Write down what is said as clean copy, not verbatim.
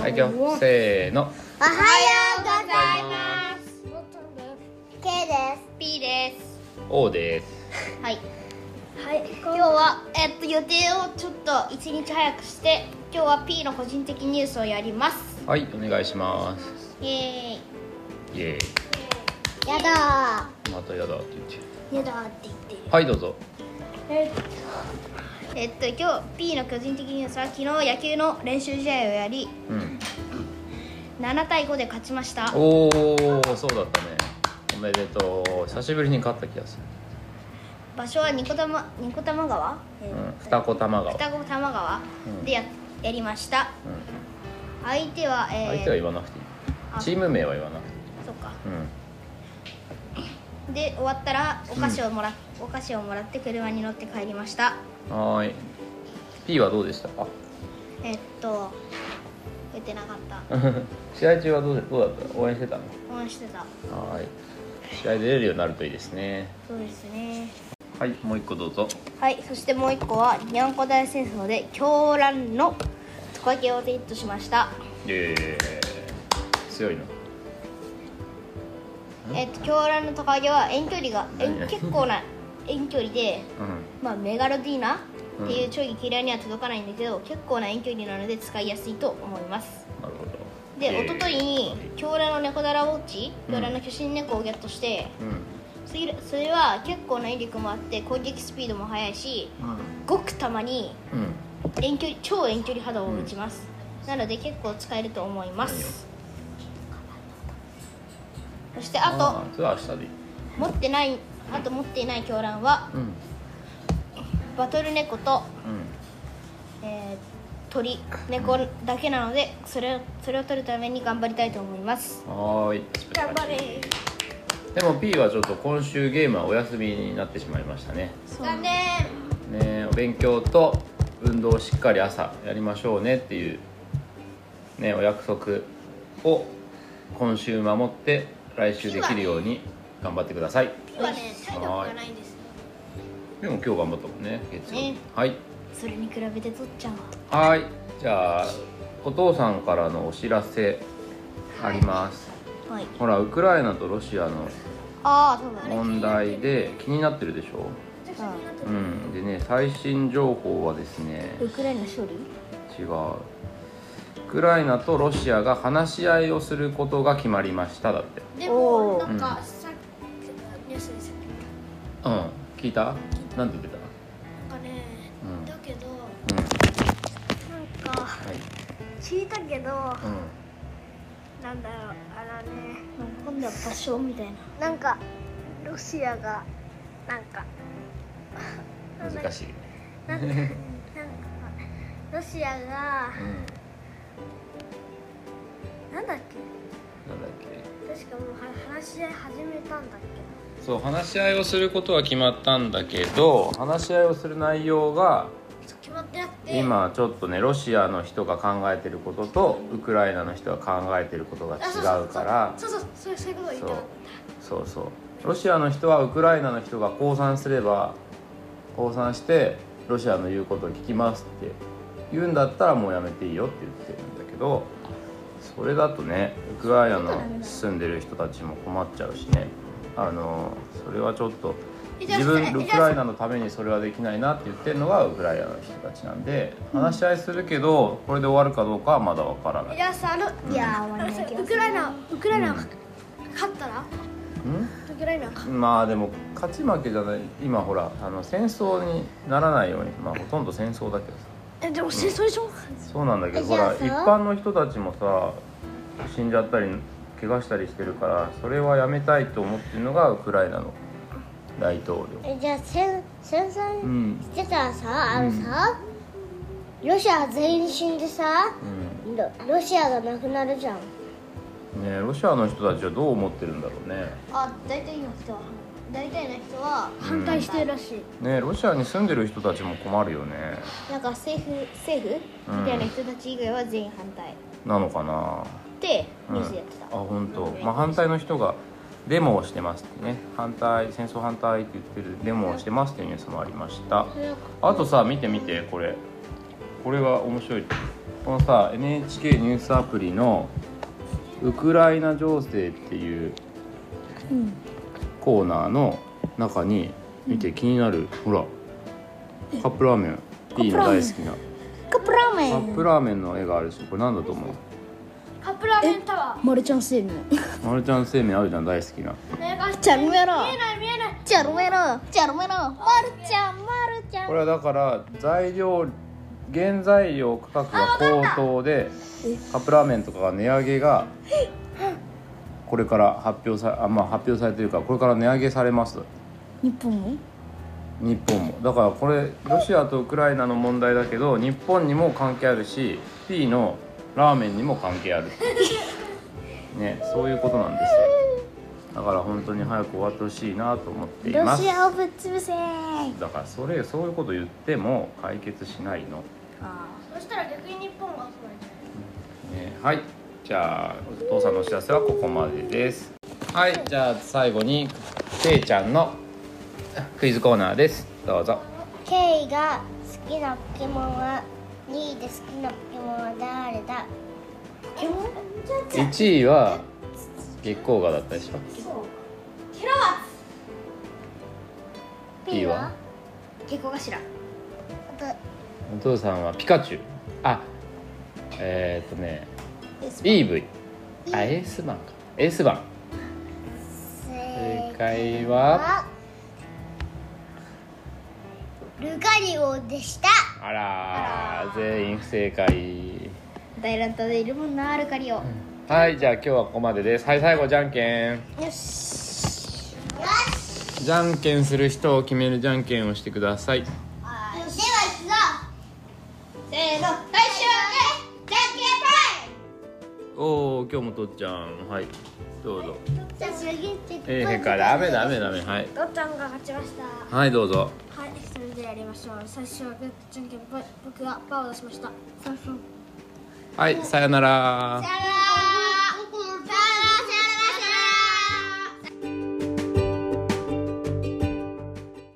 はい、今日せーの。 おはようございます。K です。P です。 O です。 はい。はい。今日は予定をちょっと一日早くして、今日は P の個人的ニュースをやります。 はい、お願いします。 イエーイ。 イエーイ。 やだまたやだって言ってー。やだーって言ってる。 はい、どうぞ。 今日 P の個人的ニュースは昨日野球の練習試合をやり、7対5で勝ちました。 おー、そうだったね。おめでとう。久しぶりに勝った気がする。 場所は二子玉川、 二子玉川。 二子玉川でやりました。相手は言わなくていい。チーム名は言わなくていい。 そっか。で終わったらお菓子をもらって車に乗って帰りました。 はい。P はどうでしたか？ 出てなかった。 試合中はどうだった？応援してたの？ 応援してた。 はい。試合出れるようになるといいですね。 そうですね。 はい、もう一個どうぞ。 はい、そしてもう一個はにゃんこ大戦争で狂乱のトカゲをゲットしました。 強いの？ 狂乱のトカゲは結構な遠距離で、メガロディーナっていう超激レアには届かないんだけど、結構な遠距離なので使いやすいと思います。 なるほど。 で、一昨日に狂乱の猫だらウォッチ、狂乱の巨神猫をゲットして、それは結構な威力もあって攻撃スピードも速いし、ごくたまに超遠距離波動を打ちます。なので結構使えると思います。そしてあと持っていない狂乱は、バトル猫と、鳥猫だけなので、それを取るために頑張りたいと思います。 はい。 頑張れ。 でも P はちょっと今週ゲームはお休みになってしまいましたね。 残念。 ね、お勉強と運動をしっかり朝やりましょうねっていうね、お約束を今週守って来週できるように頑張ってください。 今はね、体力がないんですよ。 でも今日頑張ったもんね、月曜日。はい。 それに比べてとっちゃんは。はい。じゃあお父さんからのお知らせあります。はい。ほら、ウクライナとロシアの問題で気になってるでしょ。でね、最新情報はですね。 ウクライナ勝利？ 違う。ウクライナとロシアが話し合いをすることが決まりましただって。 でもなんかさっきニュースです。 聞いた？なんて言ってた？ なんかね、だけど、なんか聞いたけど、なんだろう、今度は場所みたいな。なんかロシアがなんか難しい。 なんかロシアが、なんだっけ？確かもう話し合い始めたんだっけ？ そう、話し合いをすることは決まったんだけど、話し合いをする内容が決まってなくて、 今ちょっとね、ロシアの人が考えてることとウクライナの人が考えてることが違うから、 そういうことを言ってなかった。 そうロシアの人はウクライナの人が降参してロシアの言うことを聞きますって言うんだったらもうやめていいよって言ってるんだけど、それだとね、ウクライナの住んでる人たちも困っちゃうしね、それはちょっとウクライナのためにそれはできないなって言ってるのがウクライナの人たちなんで、話し合いするけどこれで終わるかどうかはまだわからない。 じゃあさ、ウクライナが勝ったら、ウクライナがまあでも勝ち負けじゃない。今ほら戦争にならないように、ほとんど戦争だけどさ。 でも戦争でしょ。 そうなんだけど、ほら一般の人たちもさ死んじゃったり怪我したりしてるから、それはやめたいと思ってるのがウクライナの大統領。 じゃあ戦争してたらさ、ロシア全員死んでさ、ロシアがなくなるじゃんね。ロシアの人たちはどう思ってるんだろうね。 大体の人は反対してるらしい。 ね、ロシアに住んでる人たちも困るよね。 なんか政府みたいな人たち以外は全員反対なのかなってニュースやってた。 本当。反対の人がデモをしてますってね、戦争反対って言ってるデモをしてますっていうニュースもありました。あとさ、見てこれこれは面白い。このさ NHK ニュースアプリのウクライナ情勢っていうコーナーの中に見て気になる、ほらカップラーメン P の大好きなカップラーメン。 カップラーメンの絵があるし、これなんだと思う？ カップラーメンタワー。マルちゃん製麺。 マルちゃん製麺あるじゃん、大好きな。 チャルメロ。見えない。チャルメロ。マルちゃん。 これはだから原材料価格が高騰でカップラーメンとかが値上げがこれから発表されてるから、これから値上げされます。 日本もだからこれロシアとウクライナの問題だけど日本にも関係あるし P のラーメンにも関係あるね、そういうことなんですよ。だから本当に早く終わってほしいなと思っています。 ロシアをぶっ潰せ。 だからそういうこと言っても解決しないの。 そしたら逆に日本がそうなんじゃない？ はい、じゃあお父さんのお知らせはここまでです。はい、じゃあ最後にけいちゃんのクイズコーナーです。どうぞ。 ケイが好きなポケモンは2位で好きなポケモンは誰だ ？1位は月光河だったでしょ。 キラマツ。 P は月光頭。 お父さんはピカチュウ。イーブイ。エースバンか。エースバン。正解はルガリオでした。 あら全員不正解。 大乱闘でいるもんな、ルガリオ。 はい、じゃあ今日はここまでです。はい、最後じゃんけん。 よし。 じゃんけんする人を決めるじゃんけんをしてください。 では行くぞ。せーの、最初はね、じゃんけんぽい。 おお、今日もとっちゃん、はい、どうぞ。 じゃあ次へか、ダメ、はい。 とっちゃんが勝ちました。 はい、どうぞ。 はい、それでやりましょう。最初はグーじゃんけんぽい。僕がパーを出しました。 はい、さよなら。 さよなら。